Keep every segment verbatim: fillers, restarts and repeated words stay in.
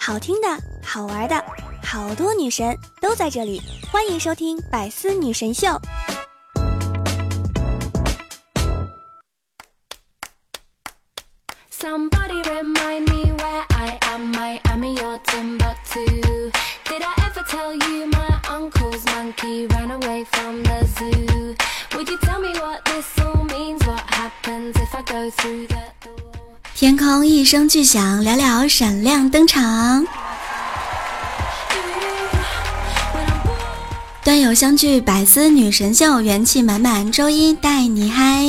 好听的，好玩的，好多女神都在这里，欢迎收听百思女神秀。Somebody remind me where I am, Miami or Timbuktu. Did I ever tell you my uncle's monkey ran away from the zoo? Would you tell me what this all means? What happens if I go through that door? 天空一声巨响，聊聊闪亮登场。段友相聚，百思女神秀，元气满满，周一带你嗨。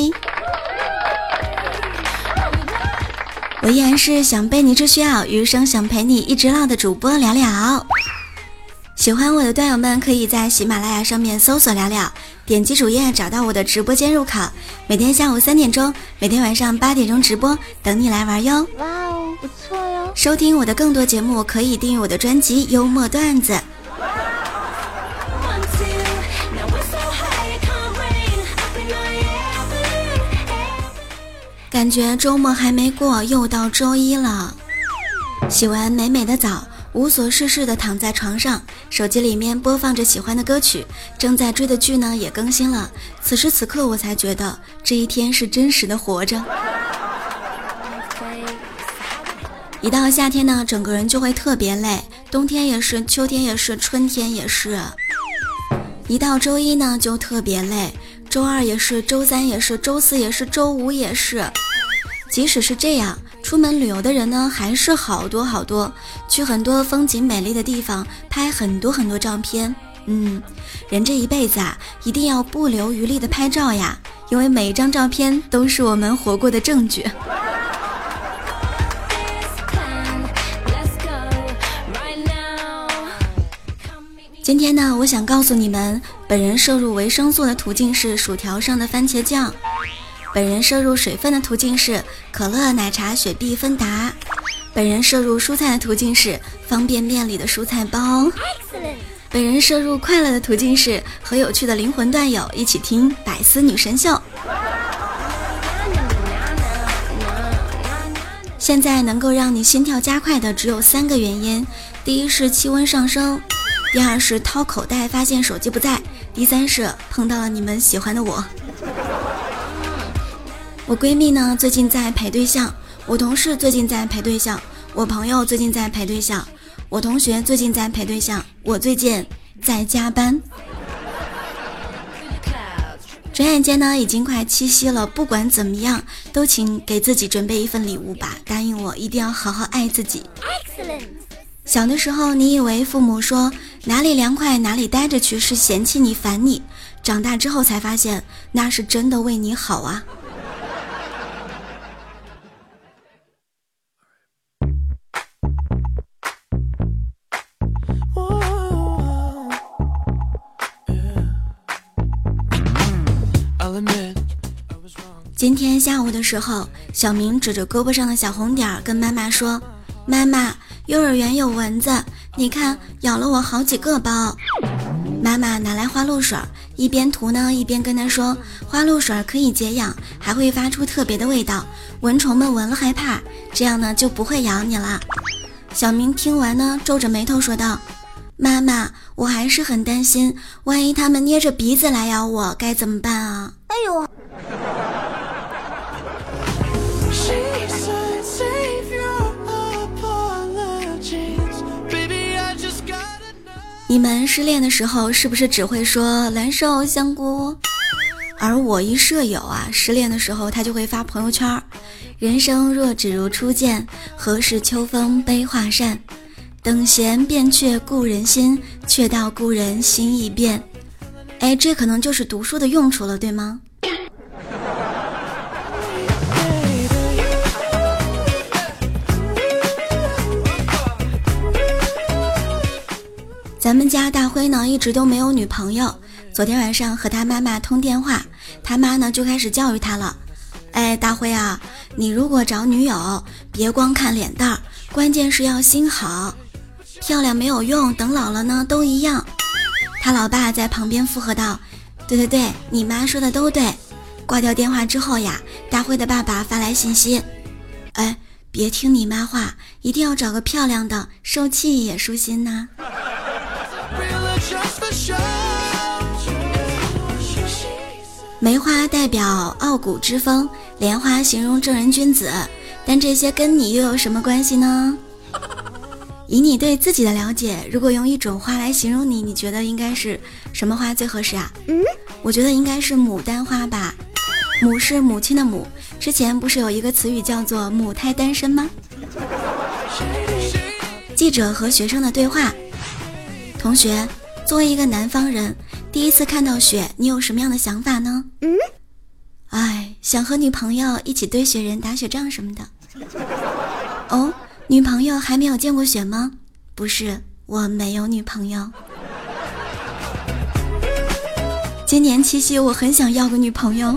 我依然是想被你只需要，余生想陪你一直唠的主播聊聊。喜欢我的段友们可以在喜马拉雅上面搜索聊聊，点击主页找到我的直播间入口，每天下午三点钟，每天晚上八点钟直播，等你来玩哟。哇哦，不错哟。收听我的更多节目可以订阅我的专辑幽默段子。感觉周末还没过，又到周一了。洗完美美的澡，无所事事的躺在床上，手机里面播放着喜欢的歌曲，正在追的剧呢也更新了。此时此刻我才觉得这一天是真实的活着。一到夏天呢，整个人就会特别累，冬天也是，秋天也是，春天也是。一到周一呢就特别累，周二也是，周三也是，周四也是，周五也是。即使是这样，出门旅游的人呢还是好多好多，去很多风景美丽的地方拍很多很多照片。嗯，人这一辈子啊，一定要不留余力的拍照呀，因为每一张照片都是我们活过的证据。今天呢，我想告诉你们，本人摄入维生素的途径是薯条上的番茄酱，本人摄入水分的途径是可乐、奶茶、雪碧、芬达，本人摄入蔬菜的途径是方便面里的蔬菜包，本人摄入快乐的途径是和有趣的灵魂段友一起听百思女神秀。现在能够让你心跳加快的只有三个原因，第一是气温上升，第二是掏口袋发现手机不在，第三是碰到了你们喜欢的我。我闺蜜呢最近在陪对象，我同事最近在陪对象，我朋友最近在陪对象，我同学最近在陪对象，我最近在加班。转眼间呢已经快七夕了，不管怎么样都请给自己准备一份礼物吧，答应我一定要好好爱自己。小的时候你以为父母说哪里凉快哪里待着去是嫌弃你烦你，长大之后才发现那是真的为你好啊。今天下午的时候，小明指着胳膊上的小红点跟妈妈说，妈妈，幼儿园有蚊子，你看咬了我好几个包。妈妈拿来花露水，一边涂呢一边跟他说，花露水可以解痒，还会发出特别的味道，蚊虫们闻了害怕，这样呢就不会咬你了。小明听完呢皱着眉头说道，妈妈，我还是很担心，万一他们捏着鼻子来咬我该怎么办啊？哎呦，你们失恋的时候是不是只会说蓝瘦香菇？而我一舍友啊，失恋的时候他就会发朋友圈，人生若只如初见，何事秋风悲画扇，等闲变却故人心，却道故人心已变。哎，这可能就是读书的用处了，对吗？咱们家大辉呢一直都没有女朋友，昨天晚上和他妈妈通电话，他妈呢就开始教育他了，哎，大辉啊，你如果找女友别光看脸蛋，关键是要心好，漂亮没有用，等老了呢都一样。他老爸在旁边附和道，对对对，你妈说的都对。挂掉电话之后呀，大辉的爸爸发来信息，哎， 别听你妈话，一定要找个漂亮的，受气也舒心呐、啊。梅花代表傲骨之风，莲花形容正人君子，但这些跟你又有什么关系呢？以你对自己的了解，如果用一种花来形容你，你觉得应该是什么花最合适啊？嗯，我觉得应该是牡丹花吧。母是母亲的母，之前不是有一个词语叫做母胎单身吗？记者和学生的对话：同学，作为一个南方人，第一次看到雪，你有什么样的想法呢？嗯，哎，想和女朋友一起堆雪人、打雪仗什么的。哦，女朋友还没有见过雪吗？不是，我没有女朋友。今年七夕我很想要个女朋友。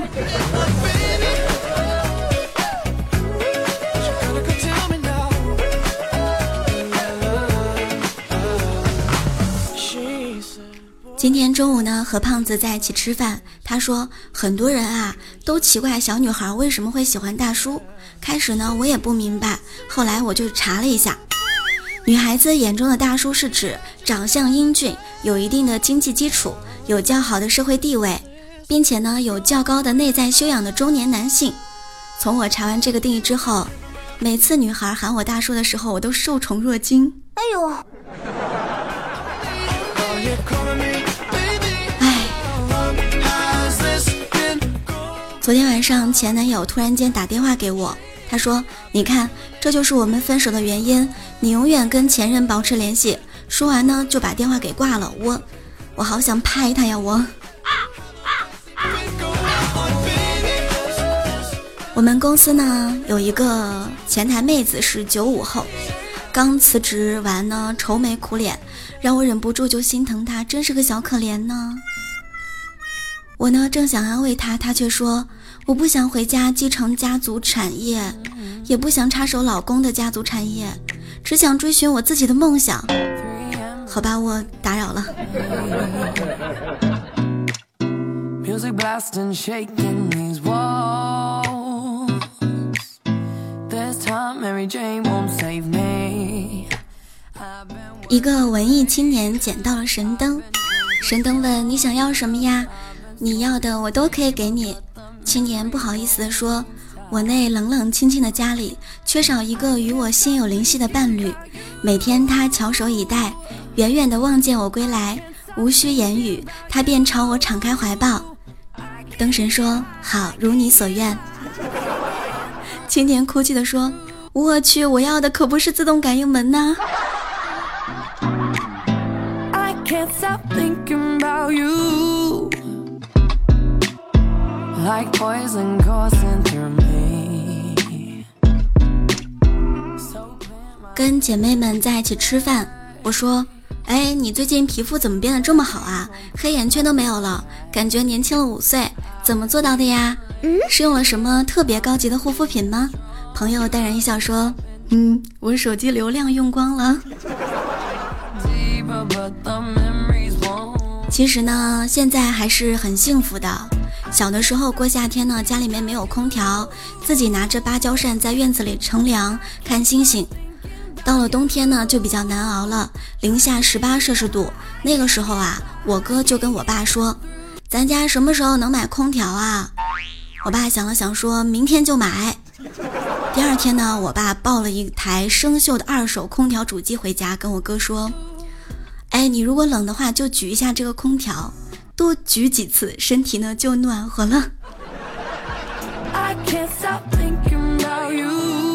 今天中午呢，和胖子在一起吃饭，他说很多人啊都奇怪小女孩为什么会喜欢大叔。开始呢我也不明白，后来我就查了一下，女孩子眼中的大叔是指长相英俊，有一定的经济基础，有较好的社会地位，并且呢有较高的内在修养的中年男性。从我查完这个定义之后，每次女孩喊我大叔的时候，我都受宠若惊。哎呦，哎，昨天晚上前男友突然间打电话给我，他说你看，这就是我们分手的原因，你永远跟前任保持联系。说完呢就把电话给挂了。我我好想拍他呀。我我们公司呢有一个前台妹子是九五后，刚辞职完呢愁眉苦脸，让我忍不住就心疼她，真是个小可怜呢。我呢正想安慰她，她却说我不想回家继承家族产业，也不想插手老公的家族产业，只想追寻我自己的梦想。好吧，我打扰了。一个文艺青年捡到了神灯，神灯问你想要什么呀？你要的我都可以给你。青年不好意思地说，我那冷冷清清的家里缺少一个与我心有灵犀的伴侣，每天他翘首以待，远远地望见我归来，无需言语，他便朝我敞开怀抱。灯神说好，如你所愿。青年哭泣地说，我去，我要的可不是自动感应门呐、I can't stop thinking about you, like poison coursing through me. 跟姐妹们在一起吃饭，我说哎，你最近皮肤怎么变得这么好啊？黑眼圈都没有了，感觉年轻了五岁，怎么做到的呀？嗯，是用了什么特别高级的护肤品吗？朋友淡然一笑说，嗯，我手机流量用光了。其实呢，现在还是很幸福的。小的时候过夏天呢，家里面没有空调，自己拿着芭蕉扇在院子里乘凉看星星。到了冬天呢就比较难熬了，零下十八摄氏度。那个时候啊，我哥就跟我爸说，咱家什么时候能买空调啊？我爸想了想说，明天就买。第二天呢，我爸抱了一台生锈的二手空调主机回家，跟我哥说，哎，你如果冷的话就举一下这个空调，多举几次身体呢就暖和了。 I can't stop thinking about you。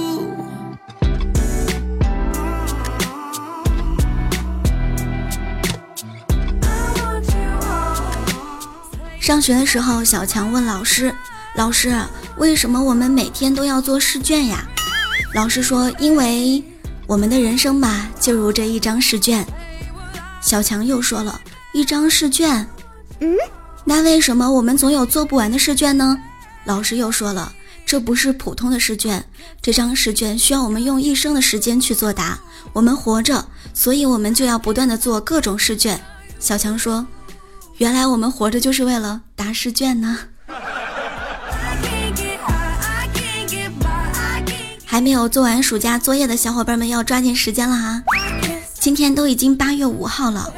上学的时候，小强问老师，老师，为什么我们每天都要做试卷呀？老师说，因为我们的人生吧，就如这一张试卷。小强又说了，一张试卷？嗯，那为什么我们总有做不完的试卷呢？老师又说了，这不是普通的试卷，这张试卷需要我们用一生的时间去作答。我们活着，所以我们就要不断的做各种试卷。小强说，原来我们活着就是为了答试卷呢。 还没有做完暑假作业的小伙伴们要抓紧时间了啊！今天都已经八月五号了。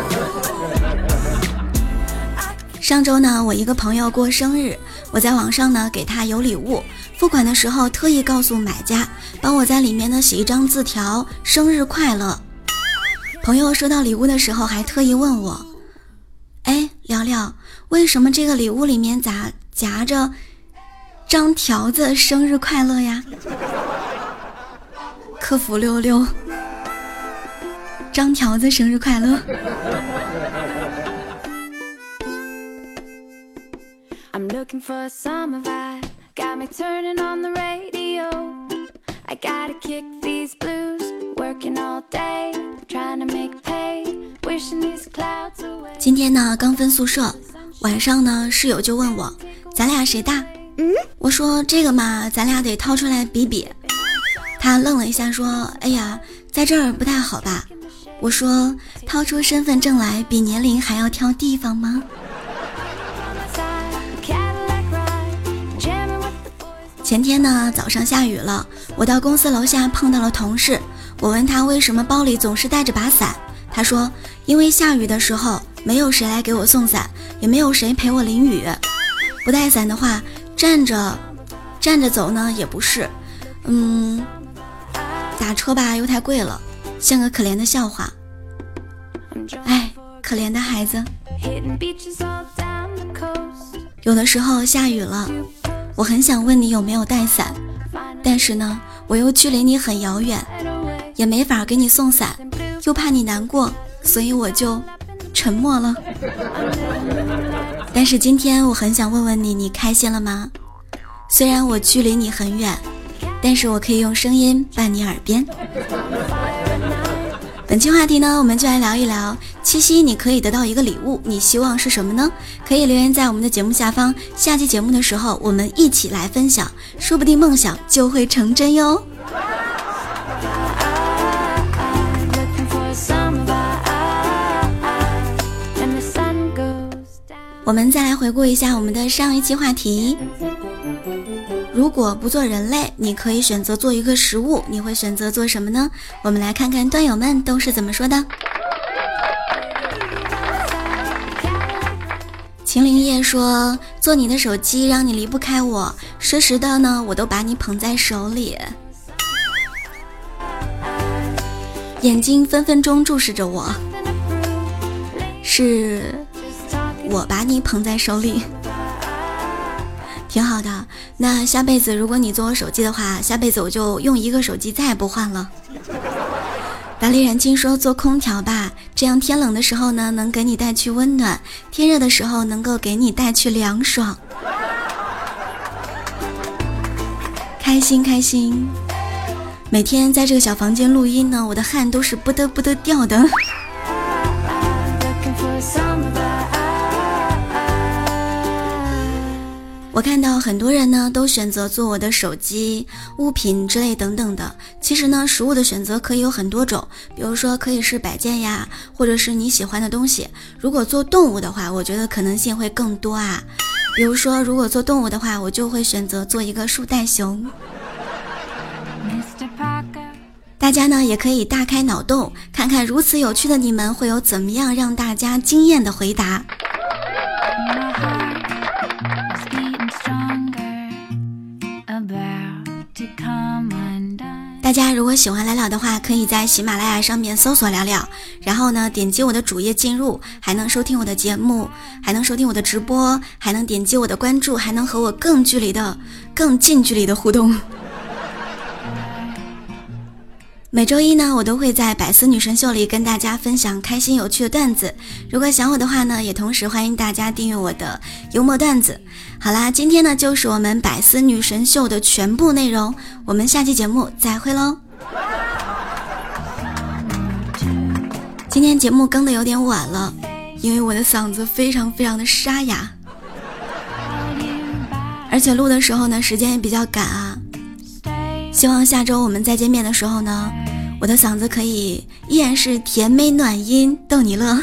上周呢，我一个朋友过生日，我在网上呢给他有礼物，付款的时候特意告诉买家，帮我在里面呢写一张字条，生日快乐。朋友收到礼物的时候还特意问我，哎，聊聊，为什么这个礼物里面咋夹着张条子生日快乐呀？客服六六，张条子生日快乐。I'm looking for a summer vibe, got me turning on the radio. I gotta kick these blues, working all day, trying to make pay, wishing these clouds away. 今天呢刚分宿舍，晚上呢室友就问我，咱俩谁大？嗯，我说这个嘛，咱俩得掏出来比比。他愣了一下说，哎呀，在这儿不太好吧？我说，掏出身份证来比年龄还要挑地方吗？前天呢早上下雨了，我到公司楼下碰到了同事，我问他为什么包里总是带着把伞，他说因为下雨的时候没有谁来给我送伞，也没有谁陪我淋雨，不带伞的话站着站着走呢也不是，嗯，打车吧又太贵了，像个可怜的笑话。哎，可怜的孩子。有的时候下雨了，我很想问你有没有带伞，但是呢我又距离你很遥远，也没法给你送伞，又怕你难过，所以我就沉默了。但是今天我很想问问你，你开心了吗？虽然我距离你很远，但是我可以用声音伴你耳边。本期话题呢，我们就来聊一聊七夕你可以得到一个礼物，你希望是什么呢？可以留言在我们的节目下方，下期节目的时候我们一起来分享，说不定梦想就会成真哟。我们再来回顾一下我们的上一期话题，如果不做人类，你可以选择做一个食物，你会选择做什么呢？我们来看看段友们都是怎么说的。秦灵叶说，做你的手机让你离不开我，时时的呢我都把你捧在手里，眼睛分分钟注视着我，是我把你捧在手里，挺好的。那下辈子如果你做我手机的话，下辈子我就用一个手机再也不换了。达利然青说，做空调吧，这样天冷的时候呢能给你带去温暖，天热的时候能够给你带去凉爽。开心开心，每天在这个小房间录音呢，我的汗都是不得不得掉的。我看到很多人呢都选择做我的手机、物品之类等等的，其实呢食物的选择可以有很多种，比如说可以是摆件呀，或者是你喜欢的东西。如果做动物的话，我觉得可能性会更多啊。比如说如果做动物的话，我就会选择做一个树袋熊。大家呢也可以大开脑洞，看看如此有趣的你们会有怎么样让大家惊艳的回答。大家如果喜欢聊聊的话，可以在喜马拉雅上面搜索聊聊，然后呢点击我的主页进入，还能收听我的节目，还能收听我的直播，还能点击我的关注，还能和我更距离的更近距离的互动。每周一呢，我都会在百思女神秀里跟大家分享开心有趣的段子。如果想我的话呢，也同时欢迎大家订阅我的幽默段子。好啦，今天呢就是我们百思女神秀的全部内容，我们下期节目再会喽。今天节目更的有点晚了，因为我的嗓子非常非常的沙哑，而且录的时候呢时间也比较赶啊。希望下周我们再见面的时候呢，我的嗓子可以依然是甜美暖音，逗你乐。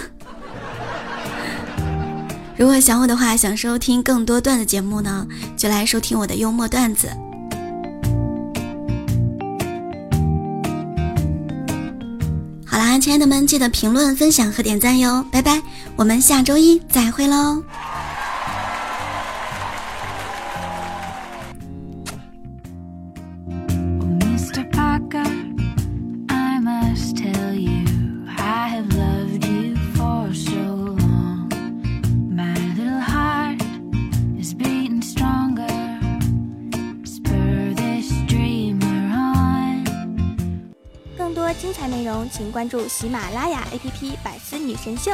如果想我的话，想收听更多段子节目呢，就来收听我的幽默段子。 好啦，亲爱的们，记得评论、分享和点赞哟，拜拜，我们下周一再会喽。 更多精彩内容请关注喜马拉雅 A P P 百思女神秀。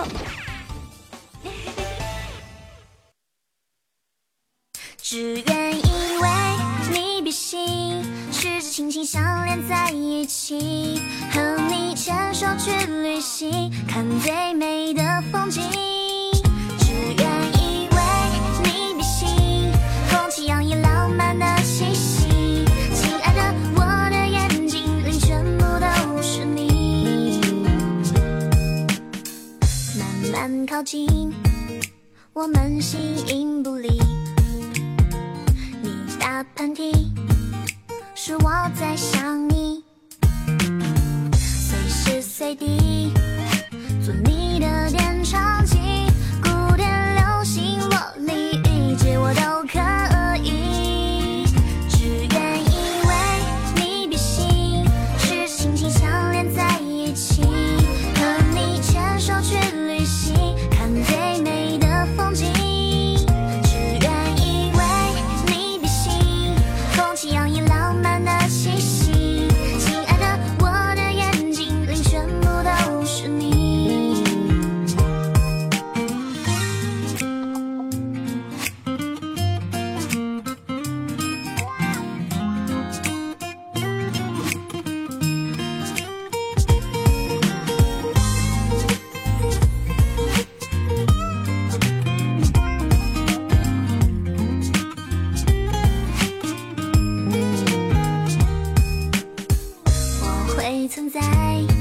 只愿因为你比心，十指轻轻相连在一起，和你牵手去旅行，看最美的风景。只愿因为你比心，空气洋溢浪漫的气息，亲爱的，我的眼睛里全部都是你。慢慢靠近，我们形影不离。打喷嚏，是我在想你，随时随地做你的点唱机，古典流行我理一切我都可以。只愿因为你比心，十指轻轻相连在一起，和你牵手去旅行，看最美的风景。洋溢浪漫的气息，亲爱的，我的眼睛里全部都是你。存在